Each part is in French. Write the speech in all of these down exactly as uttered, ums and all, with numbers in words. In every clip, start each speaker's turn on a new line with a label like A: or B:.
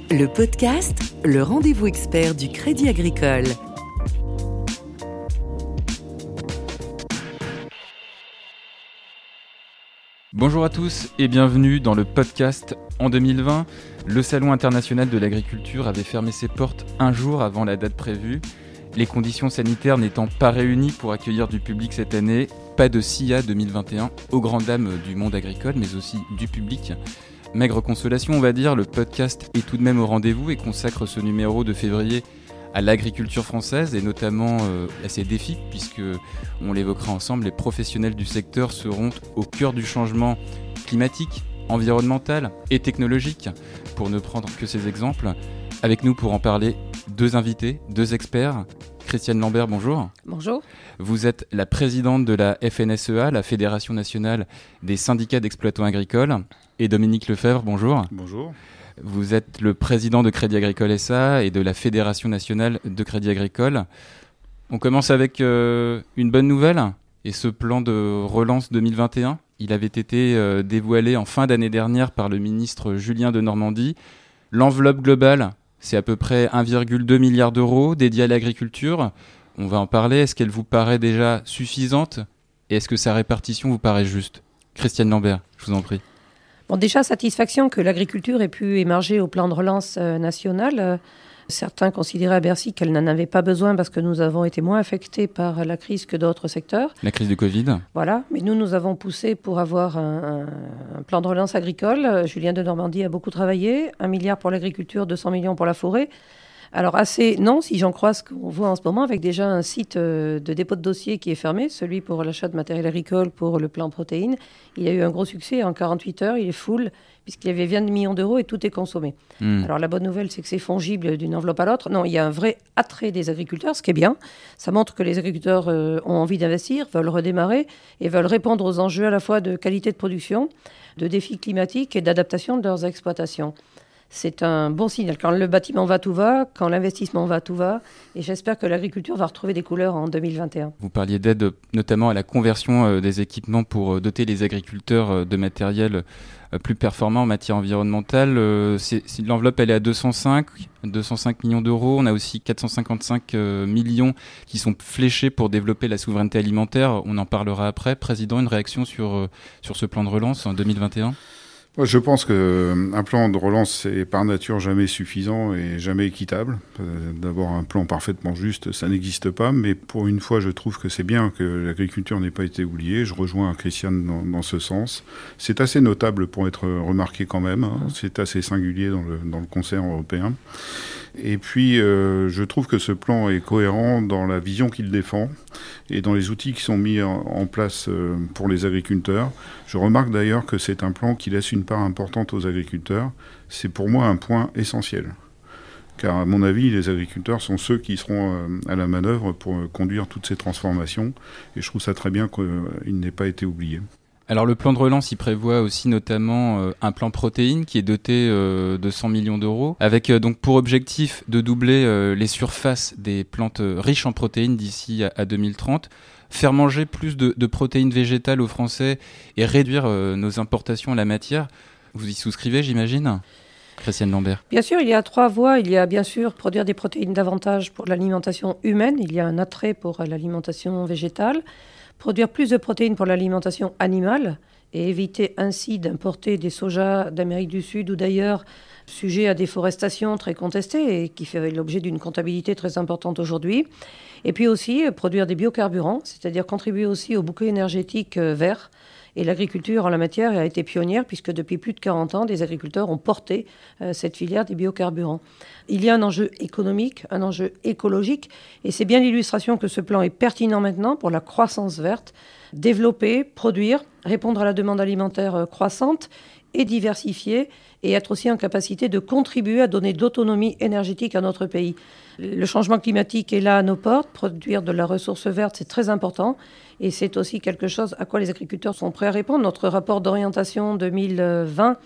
A: Le podcast, le rendez-vous expert du Crédit Agricole.
B: Bonjour à tous et bienvenue dans le podcast. En deux mille vingt, le Salon international de l'agriculture avait fermé ses portes un jour avant la date prévue. Les conditions sanitaires n'étant pas réunies pour accueillir du public cette année, pas de S I A deux mille vingt et un, aux grandes dames du monde agricole, mais aussi du public. Maigre consolation, on va dire, le podcast est tout de même au rendez-vous et consacre ce numéro de février à l'agriculture française et notamment euh, à ses défis, puisque, on l'évoquera ensemble, les professionnels du secteur seront au cœur du changement climatique, environnemental et technologique, pour ne prendre que ces exemples. Avec nous pour en parler, deux invités, deux experts. Christiane Lambert, bonjour.
C: Bonjour.
B: Vous êtes la présidente de la F N S E A, la Fédération nationale des syndicats d'exploitants agricoles. Et Dominique Lefebvre, bonjour.
D: Bonjour.
B: Vous êtes le président de Crédit Agricole S A et de la Fédération nationale de Crédit Agricole. On commence avec euh, une bonne nouvelle, et ce plan de relance deux mille vingt et un. Il avait été euh, dévoilé en fin d'année dernière par le ministre Julien Denormandie. L'enveloppe globale, c'est à peu près un virgule deux milliard d'euros dédiés à l'agriculture. On va en parler. Est-ce qu'elle vous paraît déjà suffisante ? Et est-ce que sa répartition vous paraît juste ? Christiane Lambert, je vous en prie.
C: Bon, déjà, satisfaction que l'agriculture ait pu émerger au plan de relance euh, national. Euh, certains considéraient à Bercy qu'elle n'en avait pas besoin parce que nous avons été moins affectés par la crise que d'autres secteurs.
B: La crise du Covid.
C: Voilà, mais nous, nous avons poussé pour avoir un, un, un plan de relance agricole. Euh, Julien Denormandie a beaucoup travaillé. Un milliard pour l'agriculture, deux cents millions pour la forêt. Alors assez, non, si j'en crois ce qu'on voit en ce moment, avec déjà un site euh, de dépôt de dossier qui est fermé, celui pour l'achat de matériel agricole pour le plan protéines. Il a eu un gros succès en quarante-huit heures, il est full, puisqu'il y avait vingt millions d'euros et tout est consommé. Mmh. Alors la bonne nouvelle, c'est que c'est fongible d'une enveloppe à l'autre. Non, il y a un vrai attrait des agriculteurs, ce qui est bien. Ça montre que les agriculteurs euh, ont envie d'investir, veulent redémarrer et veulent répondre aux enjeux à la fois de qualité de production, de défis climatiques et d'adaptation de leurs exploitations. C'est un bon signal. Quand le bâtiment va, tout va. Quand l'investissement va, tout va. Et j'espère que l'agriculture va retrouver des couleurs en deux mille vingt et un.
B: Vous parliez d'aide notamment à la conversion des équipements pour doter les agriculteurs de matériel plus performant en matière environnementale. C'est, c'est, l'enveloppe, elle est à deux cent cinq millions d'euros. On a aussi quatre cent cinquante-cinq millions qui sont fléchés pour développer la souveraineté alimentaire. On en parlera après. Président, une réaction sur, sur ce plan de relance en deux mille vingt et un ?
D: Je pense qu'un plan de relance est par nature jamais suffisant et jamais équitable. D'abord, un plan parfaitement juste, ça n'existe pas, mais pour une fois, je trouve que c'est bien que l'agriculture n'ait pas été oubliée. Je rejoins Christiane dans, dans ce sens. C'est assez notable pour être remarqué quand même. Hein. C'est assez singulier dans le, dans le concert européen. Et puis, euh, je trouve que ce plan est cohérent dans la vision qu'il défend et dans les outils qui sont mis en, en place euh, pour les agriculteurs. Je remarque d'ailleurs que c'est un plan qui laisse une part importante aux agriculteurs. C'est pour moi un point essentiel. Car à mon avis, les agriculteurs sont ceux qui seront euh, à la manœuvre pour euh, conduire toutes ces transformations. Et je trouve ça très bien qu'il euh, n'ait pas été oublié.
B: Alors le plan de relance, il prévoit aussi notamment euh, un plan protéines qui est doté euh, de cent millions d'euros, avec euh, donc pour objectif de doubler euh, les surfaces des plantes riches en protéines d'ici à, à deux mille trente, faire manger plus de, de protéines végétales aux Français et réduire euh, nos importations en la matière. Vous y souscrivez, j'imagine ? Christiane Lambert.
C: Bien sûr, il y a trois voies. Il y a bien sûr produire des protéines davantage pour l'alimentation humaine. Il y a un attrait pour l'alimentation végétale. Produire plus de protéines pour l'alimentation animale et éviter ainsi d'importer des sojas d'Amérique du Sud ou d'ailleurs, sujet à déforestation très contestée et qui fait l'objet d'une comptabilité très importante aujourd'hui. Et puis aussi produire des biocarburants, c'est-à-dire contribuer aussi au bouquet énergétique vert. Et l'agriculture en la matière a été pionnière puisque depuis plus de quarante ans, des agriculteurs ont porté euh, cette filière des biocarburants. Il y a un enjeu économique, un enjeu écologique, et c'est bien l'illustration que ce plan est pertinent maintenant pour la croissance verte. Développer, produire, répondre à la demande alimentaire croissante et diversifier, et être aussi en capacité de contribuer à donner de l'autonomie énergétique à notre pays. Le changement climatique est là à nos portes. Produire de la ressource verte, c'est très important. Et c'est aussi quelque chose à quoi les agriculteurs sont prêts à répondre. Notre rapport d'orientation deux mille vingt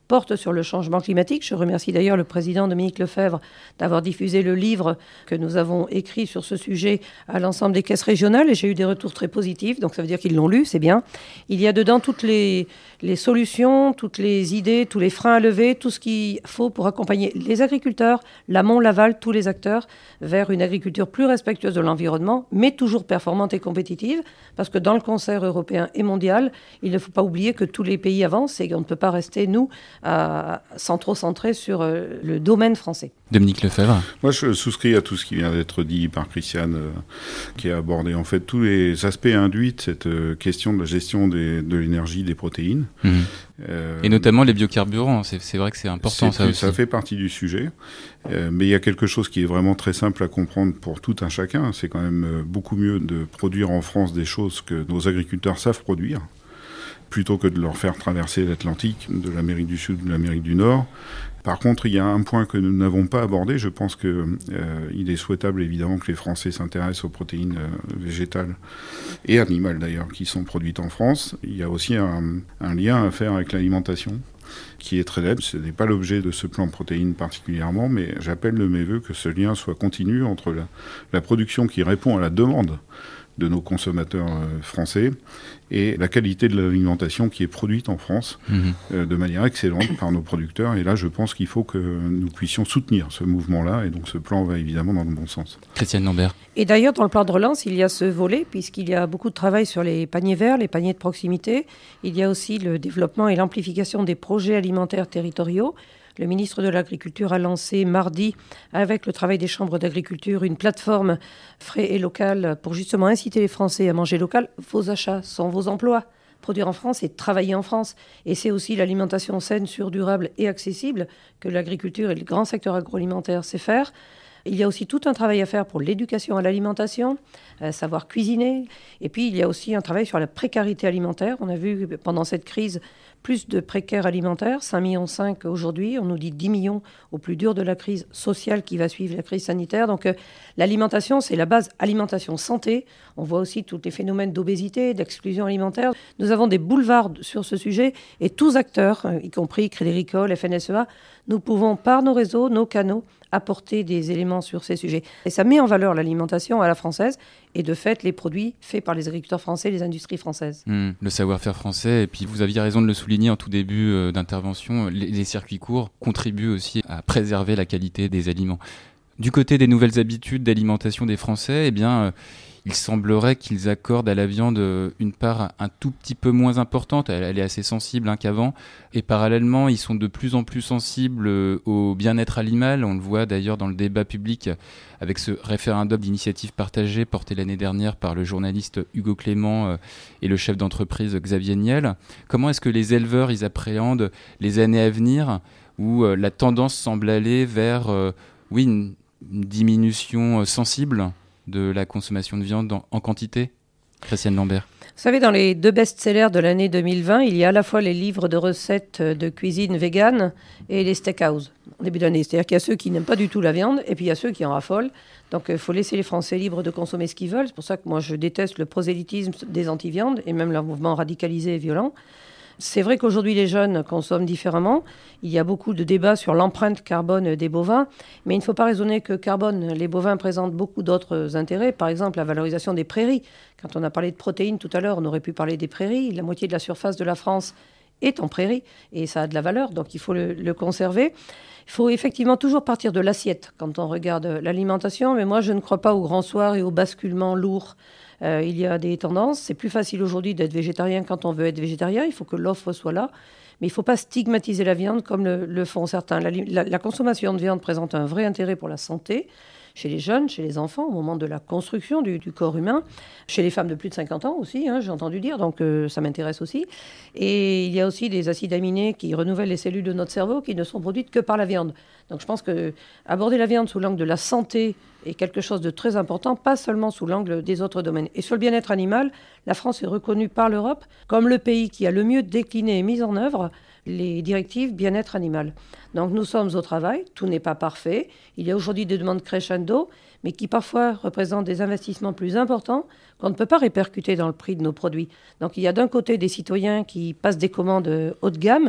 C: porte sur le changement climatique. Je remercie d'ailleurs le président Dominique Lefebvre d'avoir diffusé le livre que nous avons écrit sur ce sujet à l'ensemble des caisses régionales et j'ai eu des retours très positifs, donc ça veut dire qu'ils l'ont lu, c'est bien. Il y a dedans toutes les, les solutions, toutes les idées, tous les freins à lever, tout ce qu'il faut pour accompagner les agriculteurs, l'amont, l'aval, tous les acteurs vers une agriculture plus respectueuse de l'environnement, mais toujours performante et compétitive, parce que dans le concert européen et mondial, il ne faut pas oublier que tous les pays avancent et qu'on ne peut pas rester, nous, à, sans trop centrer sur euh, le domaine français.
B: Dominique Lefebvre.
D: Moi, je souscris à tout ce qui vient d'être dit par Christiane, euh, qui a abordé en fait tous les aspects induits de cette euh, question de la gestion des, de l'énergie, des protéines.
B: Mmh.
D: Euh,
B: Et notamment les biocarburants, c'est, c'est vrai que c'est important
D: c'est,
B: ça aussi.
D: Ça fait partie du sujet, euh, mais il y a quelque chose qui est vraiment très simple à comprendre pour tout un chacun. C'est quand même euh, beaucoup mieux de produire en France des choses que nos agriculteurs savent produire, plutôt que de leur faire traverser l'Atlantique, de l'Amérique du Sud ou de l'Amérique du Nord. Par contre, il y a un point que nous n'avons pas abordé. Je pense qu'il euh, est souhaitable, évidemment, que les Français s'intéressent aux protéines euh, végétales et animales, d'ailleurs, qui sont produites en France. Il y a aussi un, un lien à faire avec l'alimentation, qui est très net. Ce n'est pas l'objet de ce plan protéines particulièrement, mais j'appelle de mes voeux que ce lien soit continu entre la, la production qui répond à la demande de nos consommateurs euh, français et la qualité de l'alimentation qui est produite en France mmh. euh, de manière excellente par nos producteurs. Et là, je pense qu'il faut que nous puissions soutenir ce mouvement-là. Et donc, ce plan va évidemment dans le bon sens.
B: Christiane Lambert.
C: Et d'ailleurs, dans le plan de relance, il y a ce volet, puisqu'il y a beaucoup de travail sur les paniers verts, les paniers de proximité. Il y a aussi le développement et l'amplification des projets alimentaires territoriaux. Le ministre de l'Agriculture a lancé mardi, avec le travail des chambres d'agriculture, une plateforme frais et locale pour justement inciter les Français à manger local. Vos achats sont vos emplois. Produire en France et travailler en France. Et c'est aussi l'alimentation saine, sûre, durable et accessible que l'agriculture et le grand secteur agroalimentaire sait faire. Il y a aussi tout un travail à faire pour l'éducation à l'alimentation, euh, savoir cuisiner. Et puis, il y a aussi un travail sur la précarité alimentaire. On a vu pendant cette crise plus de précaires alimentaires, cinq virgule cinq millions aujourd'hui. On nous dit dix millions au plus dur de la crise sociale qui va suivre la crise sanitaire. Donc, euh, l'alimentation, c'est la base alimentation santé. On voit aussi tous les phénomènes d'obésité, d'exclusion alimentaire. Nous avons des boulevards sur ce sujet et tous acteurs, y compris Crédit Agricole, F N S E A, nous pouvons, par nos réseaux, nos canaux, apporter des éléments sur ces sujets. Et ça met en valeur l'alimentation à la française et de fait les produits faits par les agriculteurs français, les industries françaises.
B: Mmh, le savoir-faire français, et puis vous aviez raison de le souligner en tout début euh, d'intervention, les, les circuits courts contribuent aussi à préserver la qualité des aliments. Du côté des nouvelles habitudes d'alimentation des Français, eh bien, euh, il semblerait qu'ils accordent à la viande une part un tout petit peu moins importante. Elle, elle est assez sensible hein, qu'avant. Et parallèlement, ils sont de plus en plus sensibles au bien-être animal. On le voit d'ailleurs dans le débat public avec ce référendum d'initiative partagée porté l'année dernière par le journaliste Hugo Clément et le chef d'entreprise Xavier Niel. Comment est-ce que les éleveurs ils appréhendent les années à venir où la tendance semble aller vers euh, oui, une, une diminution sensible de la consommation de viande en, en quantité? Christiane Lambert.
C: Vous savez, dans les deux best-sellers de l'année deux mille vingt, il y a à la fois les livres de recettes de cuisine végane et les steakhouse en début d'année. C'est-à-dire qu'il y a ceux qui n'aiment pas du tout la viande et puis il y a ceux qui en raffolent. Donc il faut laisser les Français libres de consommer ce qu'ils veulent. C'est pour ça que moi je déteste le prosélytisme des anti-viandes et même leur mouvement radicalisé et violent. C'est vrai qu'aujourd'hui, les jeunes consomment différemment. Il y a beaucoup de débats sur l'empreinte carbone des bovins, mais il ne faut pas raisonner que carbone. Les bovins présentent beaucoup d'autres intérêts, par exemple la valorisation des prairies. Quand on a parlé de protéines tout à l'heure, on aurait pu parler des prairies. La moitié de la surface de la France est en prairie et ça a de la valeur, donc il faut le, le conserver. Il faut effectivement toujours partir de l'assiette quand on regarde l'alimentation, mais moi je ne crois pas au grand soir et au basculement lourd. Euh, il y a des tendances. C'est plus facile aujourd'hui d'être végétarien quand on veut être végétarien. Il faut que l'offre soit là. Mais il ne faut pas stigmatiser la viande comme le, le font certains. La, la, la consommation de viande présente un vrai intérêt pour la santé, chez les jeunes, chez les enfants, au moment de la construction du, du corps humain, chez les femmes de plus de cinquante ans aussi, hein, j'ai entendu dire, donc euh, ça m'intéresse aussi. Et il y a aussi des acides aminés qui renouvellent les cellules de notre cerveau qui ne sont produites que par la viande. Donc je pense qu'aborder la viande sous l'angle de la santé est quelque chose de très important, pas seulement sous l'angle des autres domaines. Et sur le bien-être animal, la France est reconnue par l'Europe comme le pays qui a le mieux décliné et mis en œuvre les directives bien-être animal. Donc nous sommes au travail, tout n'est pas parfait. Il y a aujourd'hui des demandes crescendo, mais qui parfois représentent des investissements plus importants qu'on ne peut pas répercuter dans le prix de nos produits. Donc il y a d'un côté des citoyens qui passent des commandes haut de gamme,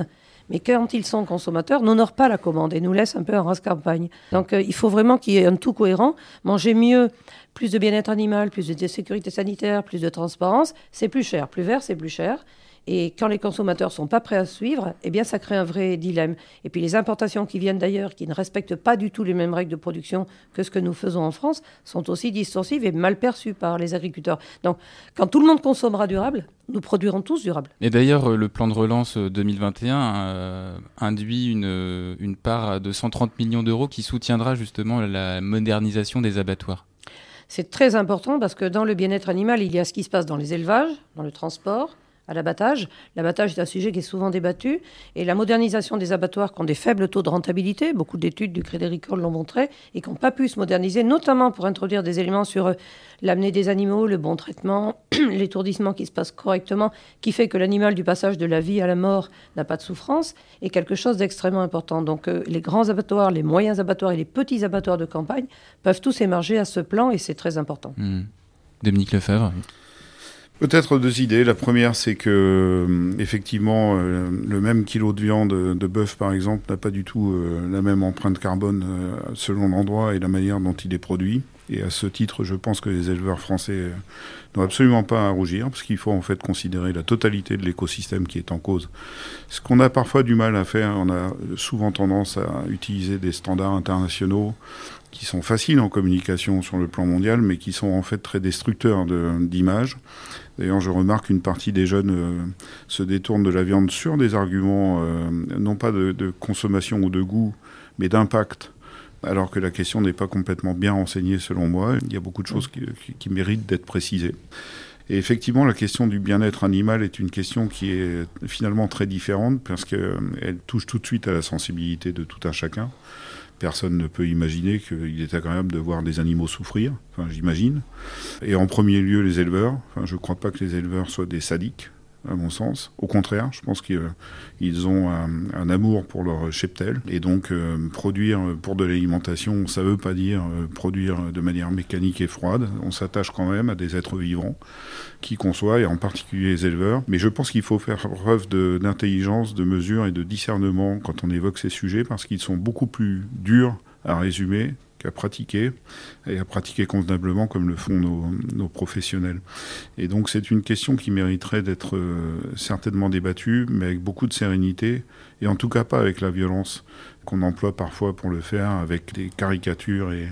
C: mais quand ils sont consommateurs, n'honorent pas la commande et nous laissent un peu en rase-campagne. Donc euh, il faut vraiment qu'il y ait un tout cohérent. Manger mieux, plus de bien-être animal, plus de sécurité sanitaire, plus de transparence, c'est plus cher. Plus vert, c'est plus cher. Et quand les consommateurs ne sont pas prêts à suivre, eh bien, ça crée un vrai dilemme. Et puis les importations qui viennent d'ailleurs, qui ne respectent pas du tout les mêmes règles de production que ce que nous faisons en France, sont aussi distorsives et mal perçues par les agriculteurs. Donc, quand tout le monde consommera durable, nous produirons tous durable.
B: Et d'ailleurs, le plan de relance deux mille vingt et un euh, induit une, une part de cent trente millions d'euros qui soutiendra justement la modernisation des abattoirs.
C: C'est très important parce que dans le bien-être animal, il y a ce qui se passe dans les élevages, dans le transport, à l'abattage. L'abattage est un sujet qui est souvent débattu. Et la modernisation des abattoirs qui ont des faibles taux de rentabilité, beaucoup d'études du Crédit Agricole l'ont montré, et qui n'ont pas pu se moderniser, notamment pour introduire des éléments sur euh, l'amener des animaux, le bon traitement, l'étourdissement qui se passe correctement, qui fait que l'animal, du passage de la vie à la mort, n'a pas de souffrance, est quelque chose d'extrêmement important. Donc euh, les grands abattoirs, les moyens abattoirs et les petits abattoirs de campagne peuvent tous émerger à ce plan, et c'est très important.
B: Mmh. Dominique Lefebvre.
D: Peut-être deux idées. La première, c'est que euh, effectivement, euh, le même kilo de viande de bœuf, par exemple, n'a pas du tout euh, la même empreinte carbone euh, selon l'endroit et la manière dont il est produit. Et à ce titre, je pense que les éleveurs français euh, n'ont absolument pas à rougir, parce qu'il faut en fait considérer la totalité de l'écosystème qui est en cause. Ce qu'on a parfois du mal à faire, on a souvent tendance à utiliser des standards internationaux qui sont faciles en communication sur le plan mondial, mais qui sont en fait très destructeurs de, d'image. D'ailleurs, je remarque qu'une partie des jeunes euh, se détournent de la viande sur des arguments, euh, non pas de, de consommation ou de goût, mais d'impact, alors que la question n'est pas complètement bien renseignée selon moi. Il y a beaucoup de choses qui, qui, qui méritent d'être précisées. Et effectivement, la question du bien-être animal est une question qui est finalement très différente, parce qu'elle touche tout de suite à la sensibilité de tout un chacun. Personne ne peut imaginer qu'il est agréable de voir des animaux souffrir, enfin j'imagine. Et en premier lieu les éleveurs, enfin, je ne crois pas que les éleveurs soient des sadiques, à mon sens. Au contraire, je pense qu'ils ont un, un amour pour leur cheptel. Et donc, euh, produire pour de l'alimentation, ça ne veut pas dire euh, produire de manière mécanique et froide. On s'attache quand même à des êtres vivants qui conçoivent, et en particulier les éleveurs. Mais je pense qu'il faut faire preuve de, d'intelligence, de mesure et de discernement quand on évoque ces sujets, parce qu'ils sont beaucoup plus durs à résumer qu'à pratiquer, et à pratiquer convenablement comme le font nos, nos professionnels. Et donc c'est une question qui mériterait d'être euh, certainement débattue, mais avec beaucoup de sérénité, et en tout cas pas avec la violence qu'on emploie parfois pour le faire, avec des caricatures et,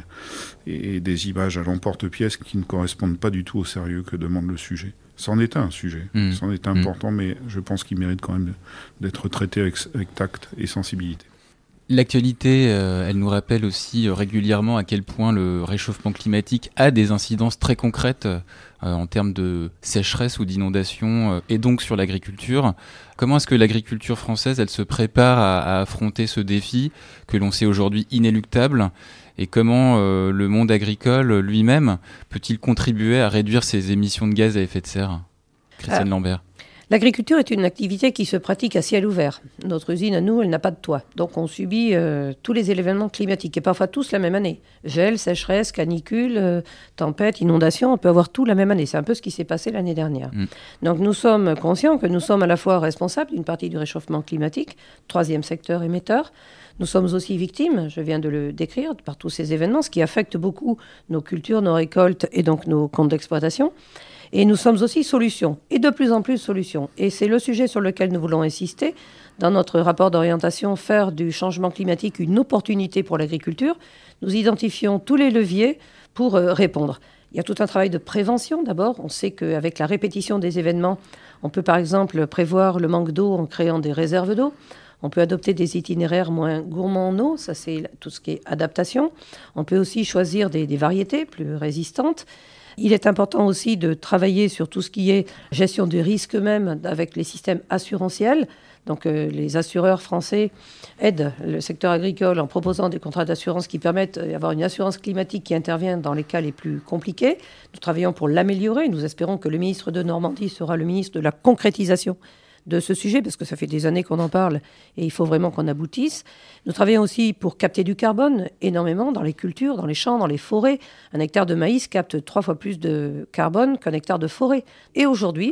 D: et des images à l'emporte-pièce qui ne correspondent pas du tout au sérieux que demande le sujet. C'en est un sujet, mmh. c'en est important, mmh. mais je pense qu'il mérite quand même d'être traité avec, avec tact et sensibilité.
B: L'actualité, euh, elle nous rappelle aussi euh, régulièrement à quel point le réchauffement climatique a des incidences très concrètes euh, en termes de sécheresse ou d'inondation, euh, et donc sur l'agriculture. Comment est-ce que l'agriculture française, elle se prépare à, à affronter ce défi que l'on sait aujourd'hui inéluctable, et comment euh, le monde agricole lui-même peut-il contribuer à réduire ses émissions de gaz à effet de serre ? Christiane ah. Lambert.
C: L'agriculture est une activité qui se pratique à ciel ouvert. Notre usine, à nous, elle n'a pas de toit. Donc on subit euh, tous les événements climatiques, et parfois tous la même année. Gel, sécheresse, canicule, euh, tempête, inondation, on peut avoir tout la même année. C'est un peu ce qui s'est passé l'année dernière. Mmh. Donc nous sommes conscients que nous sommes à la fois responsables d'une partie du réchauffement climatique, troisième secteur émetteur. Nous sommes aussi victimes, je viens de le décrire, par tous ces événements, ce qui affecte beaucoup nos cultures, nos récoltes et donc nos comptes d'exploitation. Et nous sommes aussi solutions, et de plus en plus solutions. Et c'est le sujet sur lequel nous voulons insister. Dans notre rapport d'orientation, faire du changement climatique une opportunité pour l'agriculture, nous identifions tous les leviers pour euh, répondre. Il y a tout un travail de prévention d'abord. On sait qu'avec la répétition des événements, on peut par exemple prévoir le manque d'eau en créant des réserves d'eau. On peut adopter des itinéraires moins gourmands en eau, ça c'est tout ce qui est adaptation. On peut aussi choisir des, des variétés plus résistantes. Il est important aussi de travailler sur tout ce qui est gestion du risque même avec les systèmes assurantiels. Donc euh, les assureurs français aident le secteur agricole en proposant des contrats d'assurance qui permettent d'avoir une assurance climatique qui intervient dans les cas les plus compliqués. Nous travaillons pour l'améliorer. Nous espérons que le ministre de Normandie sera le ministre de la concrétisation de ce sujet, parce que ça fait des années qu'on en parle et il faut vraiment qu'on aboutisse. Nous travaillons aussi pour capter du carbone énormément dans les cultures, dans les champs, dans les forêts. Un hectare de maïs capte trois fois plus de carbone qu'un hectare de forêt. Et aujourd'hui,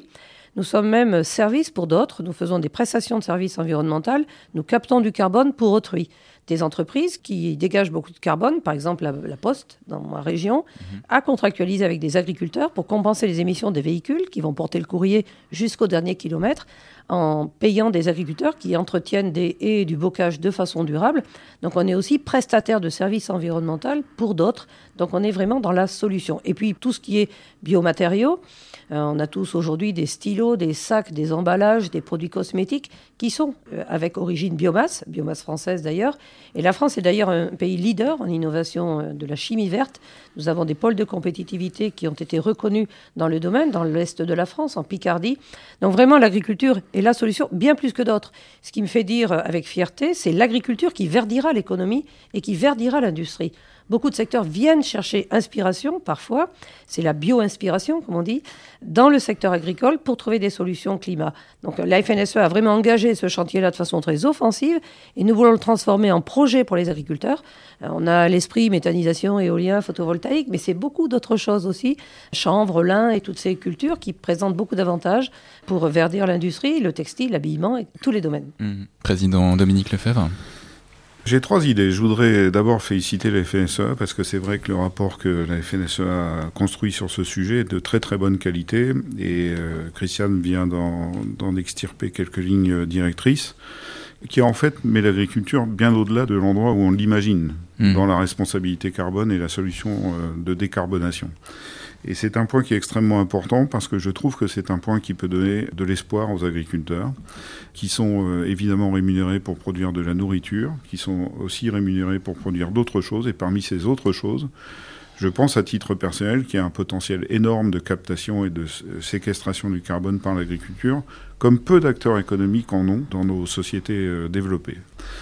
C: Nous sommes même service pour d'autres. Nous faisons des prestations de services environnementaux. Nous captons du carbone pour autrui. Des entreprises qui dégagent beaucoup de carbone, par exemple la, la Poste dans ma région, mmh. a contractualisé avec des agriculteurs pour compenser les émissions des véhicules qui vont porter le courrier jusqu'au dernier kilomètre en payant des agriculteurs qui entretiennent des haies et du bocage de façon durable. Donc on est aussi prestataire de services environnementaux pour d'autres. Donc on est vraiment dans la solution. Et puis tout ce qui est biomatériaux, euh, on a tous aujourd'hui des stylos, des sacs, des emballages, des produits cosmétiques qui sont euh, avec origine biomasse, biomasse française d'ailleurs. Et la France est d'ailleurs un pays leader en innovation de la chimie verte. Nous avons des pôles de compétitivité qui ont été reconnus dans le domaine, dans l'est de la France, en Picardie. Donc vraiment, l'agriculture est la solution, bien plus que d'autres. Ce qui me fait dire avec fierté, c'est l'agriculture qui verdira l'économie et qui verdira l'industrie. Beaucoup de secteurs viennent chercher inspiration, parfois, c'est la bio-inspiration, comme on dit, dans le secteur agricole pour trouver des solutions climat. Donc la F N S E a vraiment engagé ce chantier-là de façon très offensive et nous voulons le transformer en projet pour les agriculteurs. On a à l'esprit méthanisation, éolien, photovoltaïque, mais c'est beaucoup d'autres choses aussi, chanvre, lin et toutes ces cultures qui présentent beaucoup d'avantages pour verdir l'industrie, le textile, l'habillement et tous les domaines.
B: Mmh. Président Dominique Lefebvre.
D: J'ai trois idées. Je voudrais d'abord féliciter la F N S E A parce que c'est vrai que le rapport que la F N S E A a construit sur ce sujet est de très très bonne qualité et euh, Christiane vient d'en, d'en extirper quelques lignes directrices qui en fait met l'agriculture bien au-delà de l'endroit où on l'imagine mmh. dans la responsabilité carbone et la solution euh, de décarbonation. Et c'est un point qui est extrêmement important parce que je trouve que c'est un point qui peut donner de l'espoir aux agriculteurs qui sont euh, évidemment rémunérés pour produire de la nourriture, qui sont aussi rémunérés pour produire d'autres choses. Et parmi ces autres choses, je pense à titre personnel qu'il y a un potentiel énorme de captation et de séquestration du carbone par l'agriculture, comme peu d'acteurs économiques en ont dans nos sociétés euh, développées.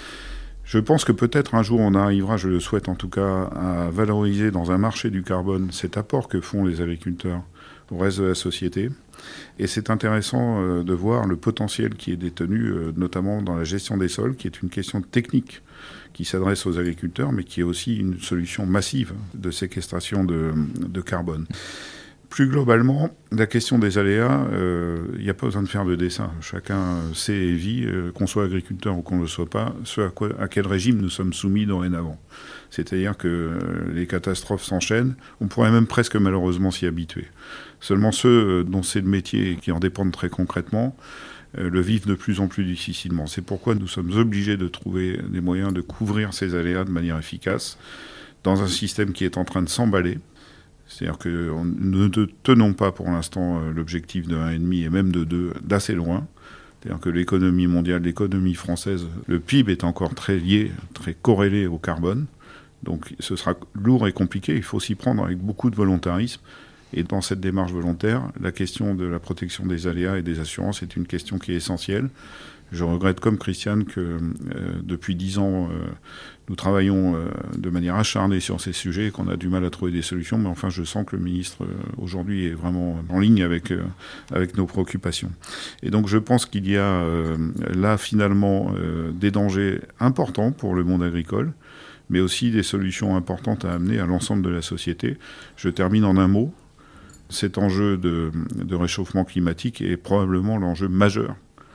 D: Je pense que peut-être un jour on arrivera, je le souhaite en tout cas, à valoriser dans un marché du carbone cet apport que font les agriculteurs au reste de la société. Et c'est intéressant euh, de voir le potentiel qui est détenu, euh, notamment dans la gestion des sols, qui est une question technique qui s'adresse aux agriculteurs, mais qui est aussi une solution massive de séquestration de, de carbone. Plus globalement, la question des aléas, il euh, n'y a pas besoin de faire de dessin. Chacun sait et vit, euh, qu'on soit agriculteur ou qu'on ne le soit pas, ce à, quoi, à quel régime nous sommes soumis dorénavant. C'est-à-dire que euh, les catastrophes s'enchaînent, on pourrait même presque malheureusement s'y habituer. Seulement ceux euh, dont c'est le métier et qui en dépendent très concrètement euh, le vivent de plus en plus difficilement. C'est pourquoi nous sommes obligés de trouver des moyens de couvrir ces aléas de manière efficace dans un système qui est en train de s'emballer. C'est-à-dire que nous ne tenons pas pour l'instant l'objectif de un virgule cinq et même de deux d'assez loin. C'est-à-dire que l'économie mondiale, l'économie française, le P I B est encore très lié, très corrélé au carbone. Donc ce sera lourd et compliqué, il faut s'y prendre avec beaucoup de volontarisme. Et dans cette démarche volontaire, la question de la protection des aléas et des assurances est une question qui est essentielle. Je regrette comme Christiane que euh, depuis dix ans, euh, nous travaillons euh, de manière acharnée sur ces sujets et qu'on a du mal à trouver des solutions. Mais enfin, je sens que le ministre, euh, aujourd'hui, est vraiment en ligne avec, euh, avec nos préoccupations. Et donc, je pense qu'il y a euh, là, finalement, euh, des dangers importants pour le monde agricole, mais aussi des solutions importantes à amener à l'ensemble de la société. Je termine en un mot. Cet enjeu de, de réchauffement climatique est probablement l'enjeu majeur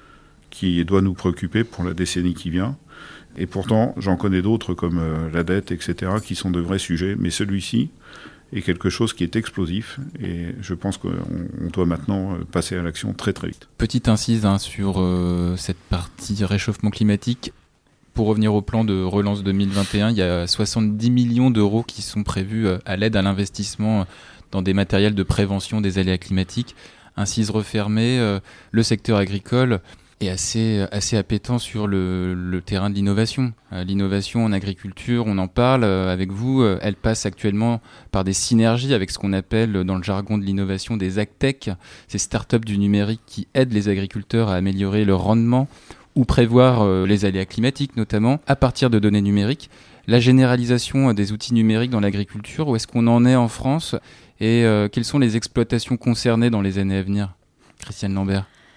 D: qui doit nous préoccuper pour la décennie qui vient. Et pourtant, j'en connais d'autres comme euh, la dette, et cetera, qui sont de vrais sujets. Mais celui-ci est quelque chose qui est explosif. Et je pense qu'on on doit maintenant passer à l'action très très vite.
B: Petite incise hein, sur euh, cette partie réchauffement climatique. Pour revenir au plan de relance deux mille vingt et un, il y a soixante-dix millions d'euros qui sont prévus euh, à l'aide à l'investissement dans des matériels de prévention des aléas climatiques. Incise refermée, euh, le secteur agricole est assez, assez appétant sur le, le terrain de l'innovation. Euh, l'innovation en agriculture, on en parle euh, avec vous, euh, elle passe actuellement par des synergies avec ce qu'on appelle dans le jargon de l'innovation des agtech, ces startups du numérique qui aident les agriculteurs à améliorer leur rendement ou prévoir euh, les aléas climatiques notamment à partir de données numériques. La généralisation euh, des outils numériques dans l'agriculture, où est-ce qu'on en est en France et euh, quelles sont les exploitations concernées dans les années à venir ? Christiane Lambert.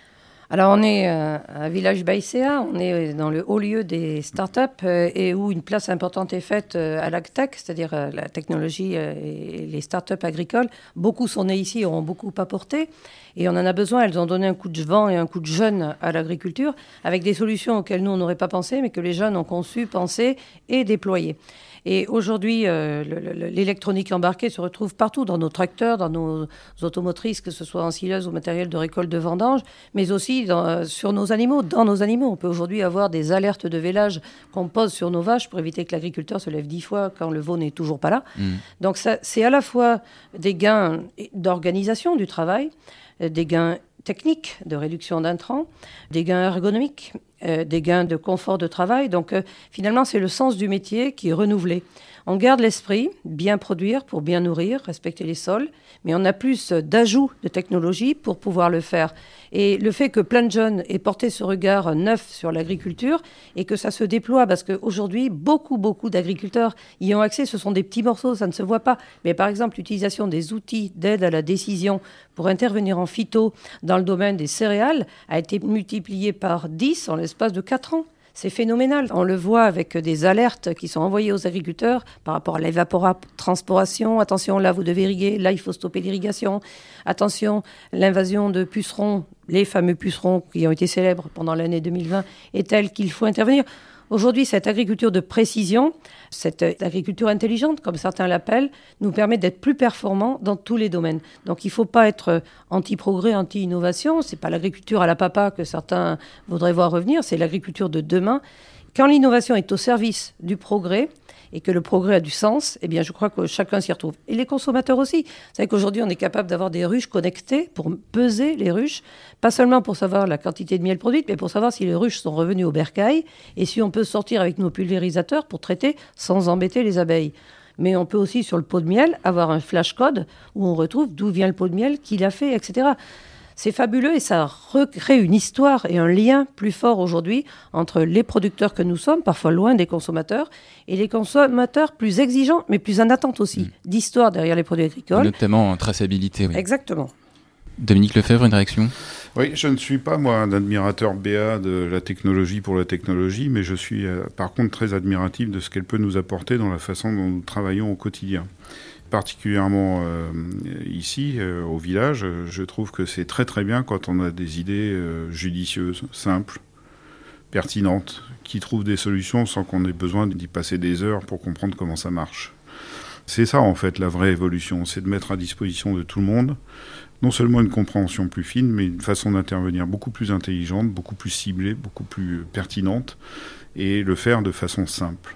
C: Alors, on est euh, à Village Baïséa, on est dans le haut lieu des startups euh, et où une place importante est faite euh, à l'agtech, c'est-à-dire euh, la technologie euh, et les startups agricoles. Beaucoup sont nés ici et ont beaucoup apporté. Et on en a besoin. Elles ont donné un coup de vent et un coup de jeune à l'agriculture avec des solutions auxquelles nous, on n'aurait pas pensé, mais que les jeunes ont conçu, pensé et déployé. Et aujourd'hui, euh, le, le, l'électronique embarquée se retrouve partout, dans nos tracteurs, dans nos automotrices, que ce soit en sileuse ou matériel de récolte de vendange, mais aussi dans, euh, sur nos animaux, dans nos animaux. On peut aujourd'hui avoir des alertes de vélage qu'on pose sur nos vaches pour éviter que l'agriculteur se lève dix fois quand le veau n'est toujours pas là. Mmh. Donc ça, c'est à la fois des gains d'organisation du travail, des gains techniques de réduction d'intrants, des gains ergonomiques, euh, des gains de confort de travail. Donc euh, finalement, c'est le sens du métier qui est renouvelé. On garde l'esprit, bien produire pour bien nourrir, respecter les sols, mais on a plus d'ajouts de technologie pour pouvoir le faire. Et le fait que plein de jeunes aient porté ce regard neuf sur l'agriculture et que ça se déploie, parce qu'aujourd'hui, beaucoup, beaucoup d'agriculteurs y ont accès, ce sont des petits morceaux, ça ne se voit pas. Mais par exemple, l'utilisation des outils d'aide à la décision pour intervenir en phyto dans le domaine des céréales a été multipliée par dix en l'espace de quatre ans. C'est phénoménal. On le voit avec des alertes qui sont envoyées aux agriculteurs par rapport à l'évapotranspiration. Attention, là, vous devez irriguer. Là, il faut stopper l'irrigation. Attention, l'invasion de pucerons, les fameux pucerons qui ont été célèbres pendant l'année deux mille vingt, est telle qu'il faut intervenir. Aujourd'hui, cette agriculture de précision, cette agriculture intelligente, comme certains l'appellent, nous permet d'être plus performants dans tous les domaines. Donc, il ne faut pas être anti-progrès, anti-innovation. Ce n'est pas l'agriculture à la papa que certains voudraient voir revenir, c'est l'agriculture de demain. Quand l'innovation est au service du progrès et que le progrès a du sens, eh bien, je crois que chacun s'y retrouve. Et les consommateurs aussi. Vous savez qu'aujourd'hui, on est capable d'avoir des ruches connectées pour peser les ruches, pas seulement pour savoir la quantité de miel produite, mais pour savoir si les ruches sont revenues au bercail et si on peut sortir avec nos pulvérisateurs pour traiter sans embêter les abeilles. Mais on peut aussi, sur le pot de miel, avoir un flash code où on retrouve d'où vient le pot de miel, qui l'a fait, et cetera. C'est fabuleux et ça recrée une histoire et un lien plus fort aujourd'hui entre les producteurs que nous sommes, parfois loin des consommateurs, et les consommateurs plus exigeants, mais plus en attente aussi, mmh. d'histoire derrière les produits agricoles.
B: Notamment en traçabilité. Oui.
C: Exactement.
B: Dominique Lefebvre, une réaction ?
D: Oui, je ne suis pas, moi, un admirateur béat de la technologie pour la technologie, mais je suis, euh, par contre, très admiratif de ce qu'elle peut nous apporter dans la façon dont nous travaillons au quotidien. Particulièrement euh, ici, euh, au village, je trouve que c'est très très bien quand on a des idées euh, judicieuses, simples, pertinentes, qui trouvent des solutions sans qu'on ait besoin d'y passer des heures pour comprendre comment ça marche. C'est ça en fait la vraie évolution, c'est de mettre à disposition de tout le monde non seulement une compréhension plus fine, mais une façon d'intervenir beaucoup plus intelligente, beaucoup plus ciblée, beaucoup plus pertinente, et le faire de façon simple.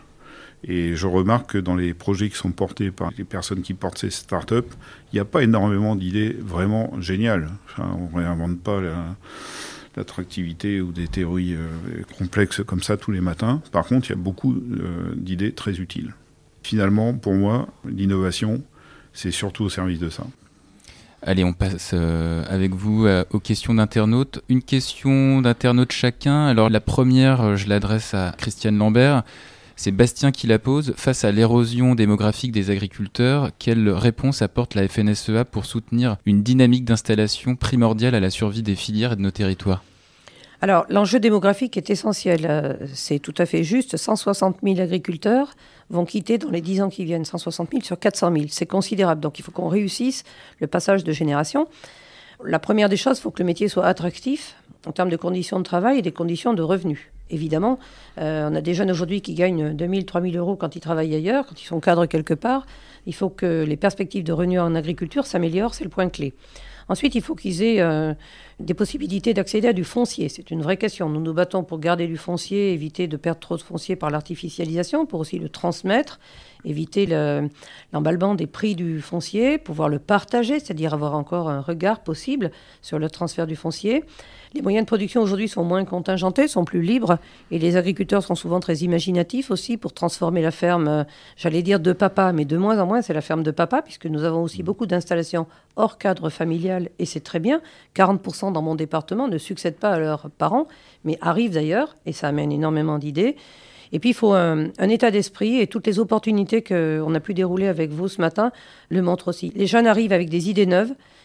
D: Et je remarque que dans les projets qui sont portés par les personnes qui portent ces startups, il n'y a pas énormément d'idées vraiment géniales. Enfin, on ne réinvente pas la, l'attractivité ou des théories euh, complexes comme ça tous les matins. Par contre, il y a beaucoup euh, d'idées très utiles. Finalement, pour moi, l'innovation, c'est surtout au service de ça.
B: Allez, on passe euh, avec vous euh, aux questions d'internautes. Une question d'internaute chacun. Alors la première, je l'adresse à Christiane Lambert. C'est Bastien qui la pose. Face à l'érosion démographique des agriculteurs, quelle réponse apporte la F N S E A pour soutenir une dynamique d'installation primordiale à la survie des filières et de nos territoires ?
C: Alors, l'enjeu démographique est essentiel. C'est tout à fait juste. cent soixante mille agriculteurs vont quitter dans les dix ans qui viennent. cent soixante mille sur quatre cent mille. C'est considérable. Donc, il faut qu'on réussisse le passage de génération. La première des choses, il faut que le métier soit attractif en termes de conditions de travail et des conditions de revenus. Évidemment, euh, on a des jeunes aujourd'hui qui gagnent deux mille, trois mille euros quand ils travaillent ailleurs, quand ils sont cadres quelque part. Il faut que les perspectives de revenus en agriculture s'améliorent, c'est le point clé. Ensuite, il faut qu'ils aient euh, des possibilités d'accéder à du foncier. C'est une vraie question. Nous nous battons pour garder du foncier, éviter de perdre trop de foncier par l'artificialisation, pour aussi le transmettre, éviter le, l'emballement des prix du foncier, pouvoir le partager, c'est-à-dire avoir encore un regard possible sur le transfert du foncier. Les moyens de production aujourd'hui sont moins contingentés, sont plus libres, et les agriculteurs sont souvent très imaginatifs aussi pour transformer la ferme, euh, j'allais dire de papa, mais de moins en moins c'est la ferme de papa, puisque nous avons aussi beaucoup d'installations hors cadre familial, et c'est très bien. quarante pour cent dans mon département ne succèdent pas à leurs parents, mais arrivent d'ailleurs, et ça amène énormément d'idées. Et puis, il faut un, un état d'esprit, et toutes les opportunités qu'on a pu dérouler avec vous ce matin le montrent aussi. Les jeunes arrivent avec des idées neuves,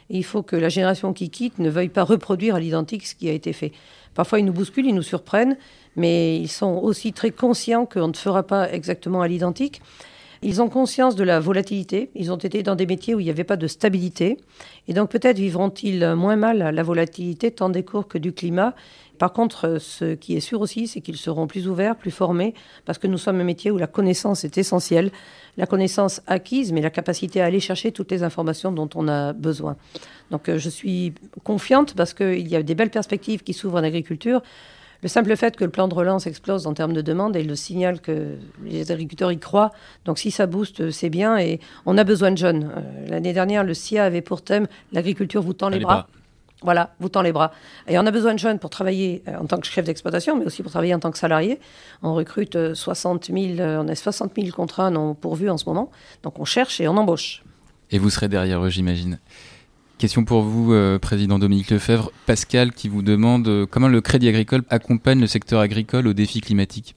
C: Et il faut que la génération qui quitte ne veuille pas reproduire à l'identique ce qui a été fait. Parfois, ils nous bousculent, ils nous surprennent, mais ils sont aussi très conscients qu'on ne fera pas exactement à l'identique. Ils ont conscience de la volatilité. Ils ont été dans des métiers où il n'y avait pas de stabilité. Et donc, peut-être vivront-ils moins mal la volatilité, tant des cours que du climat. Par contre, ce qui est sûr aussi, c'est qu'ils seront plus ouverts, plus formés, parce que nous sommes un métier où la connaissance est essentielle. La connaissance acquise, mais la capacité à aller chercher toutes les informations dont on a besoin. Donc, je suis confiante parce qu'il y a des belles perspectives qui s'ouvrent en agriculture. Le simple fait que le plan de relance explose en termes de demande est le signal que les agriculteurs y croient. Donc si ça booste, c'est bien et on a besoin de jeunes. Euh, l'année dernière, le S I A avait pour thème « L'agriculture vous tend les, les bras ». bras. Voilà, vous tend les bras. Et on a besoin de jeunes pour travailler en tant que chef d'exploitation, mais aussi pour travailler en tant que salarié. On recrute soixante mille, on a soixante mille contrats non pourvus en ce moment. Donc on cherche et on embauche.
B: Et vous serez derrière eux, j'imagine. Question pour vous, euh, Président Dominique Lefebvre. Pascal qui vous demande euh, comment le Crédit Agricole accompagne le secteur agricole aux défis climatiques.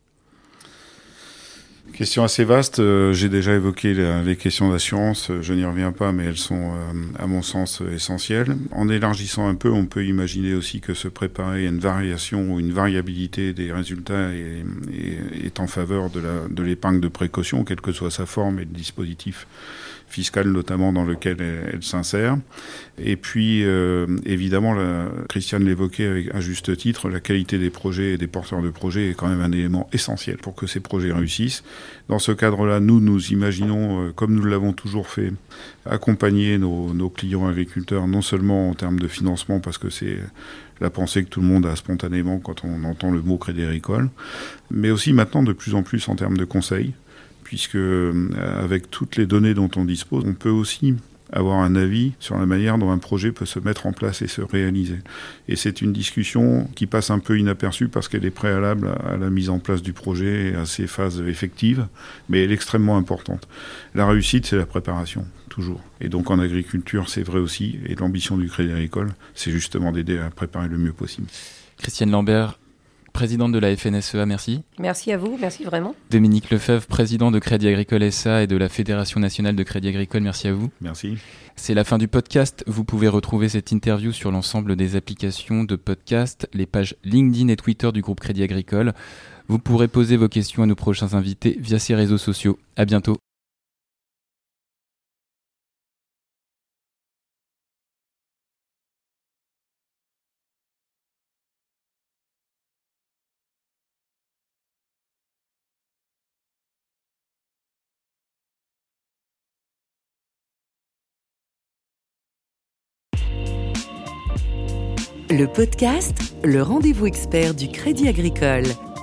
D: Question assez vaste. Euh, j'ai déjà évoqué la, les questions d'assurance. Je n'y reviens pas, mais elles sont, euh, à mon sens, essentielles. En élargissant un peu, on peut imaginer aussi que se préparer à une variation ou une variabilité des résultats est, est, est en faveur de, la, de l'épargne de précaution, quelle que soit sa forme et le dispositif fiscal notamment dans lequel elle, elle s'insère. Et puis, euh, évidemment, la, Christiane l'évoquait avec, à juste titre, la qualité des projets et des porteurs de projets est quand même un élément essentiel pour que ces projets réussissent. Dans ce cadre-là, nous, nous imaginons, euh, comme nous l'avons toujours fait, accompagner nos, nos clients agriculteurs, non seulement en termes de financement, parce que c'est la pensée que tout le monde a spontanément quand on entend le mot Crédit Agricole, mais aussi maintenant de plus en plus en termes de conseils, puisque avec toutes les données dont on dispose, on peut aussi avoir un avis sur la manière dont un projet peut se mettre en place et se réaliser. Et c'est une discussion qui passe un peu inaperçue parce qu'elle est préalable à la mise en place du projet et à ses phases effectives, mais elle est extrêmement importante. La réussite, c'est la préparation, toujours. Et donc en agriculture, c'est vrai aussi, et l'ambition du Crédit Agricole, c'est justement d'aider à préparer le mieux possible.
B: Christiane Lambert, présidente de la F N S E A, merci.
C: Merci à vous, merci vraiment.
B: Dominique Lefebvre, président de Crédit Agricole S A et de la Fédération nationale de Crédit Agricole, merci à vous.
D: Merci.
B: C'est la fin du podcast. Vous pouvez retrouver cette interview sur l'ensemble des applications de podcast, les pages LinkedIn et Twitter du groupe Crédit Agricole. Vous pourrez poser vos questions à nos prochains invités via ces réseaux sociaux. À bientôt.
A: Le podcast, le rendez-vous expert du Crédit Agricole.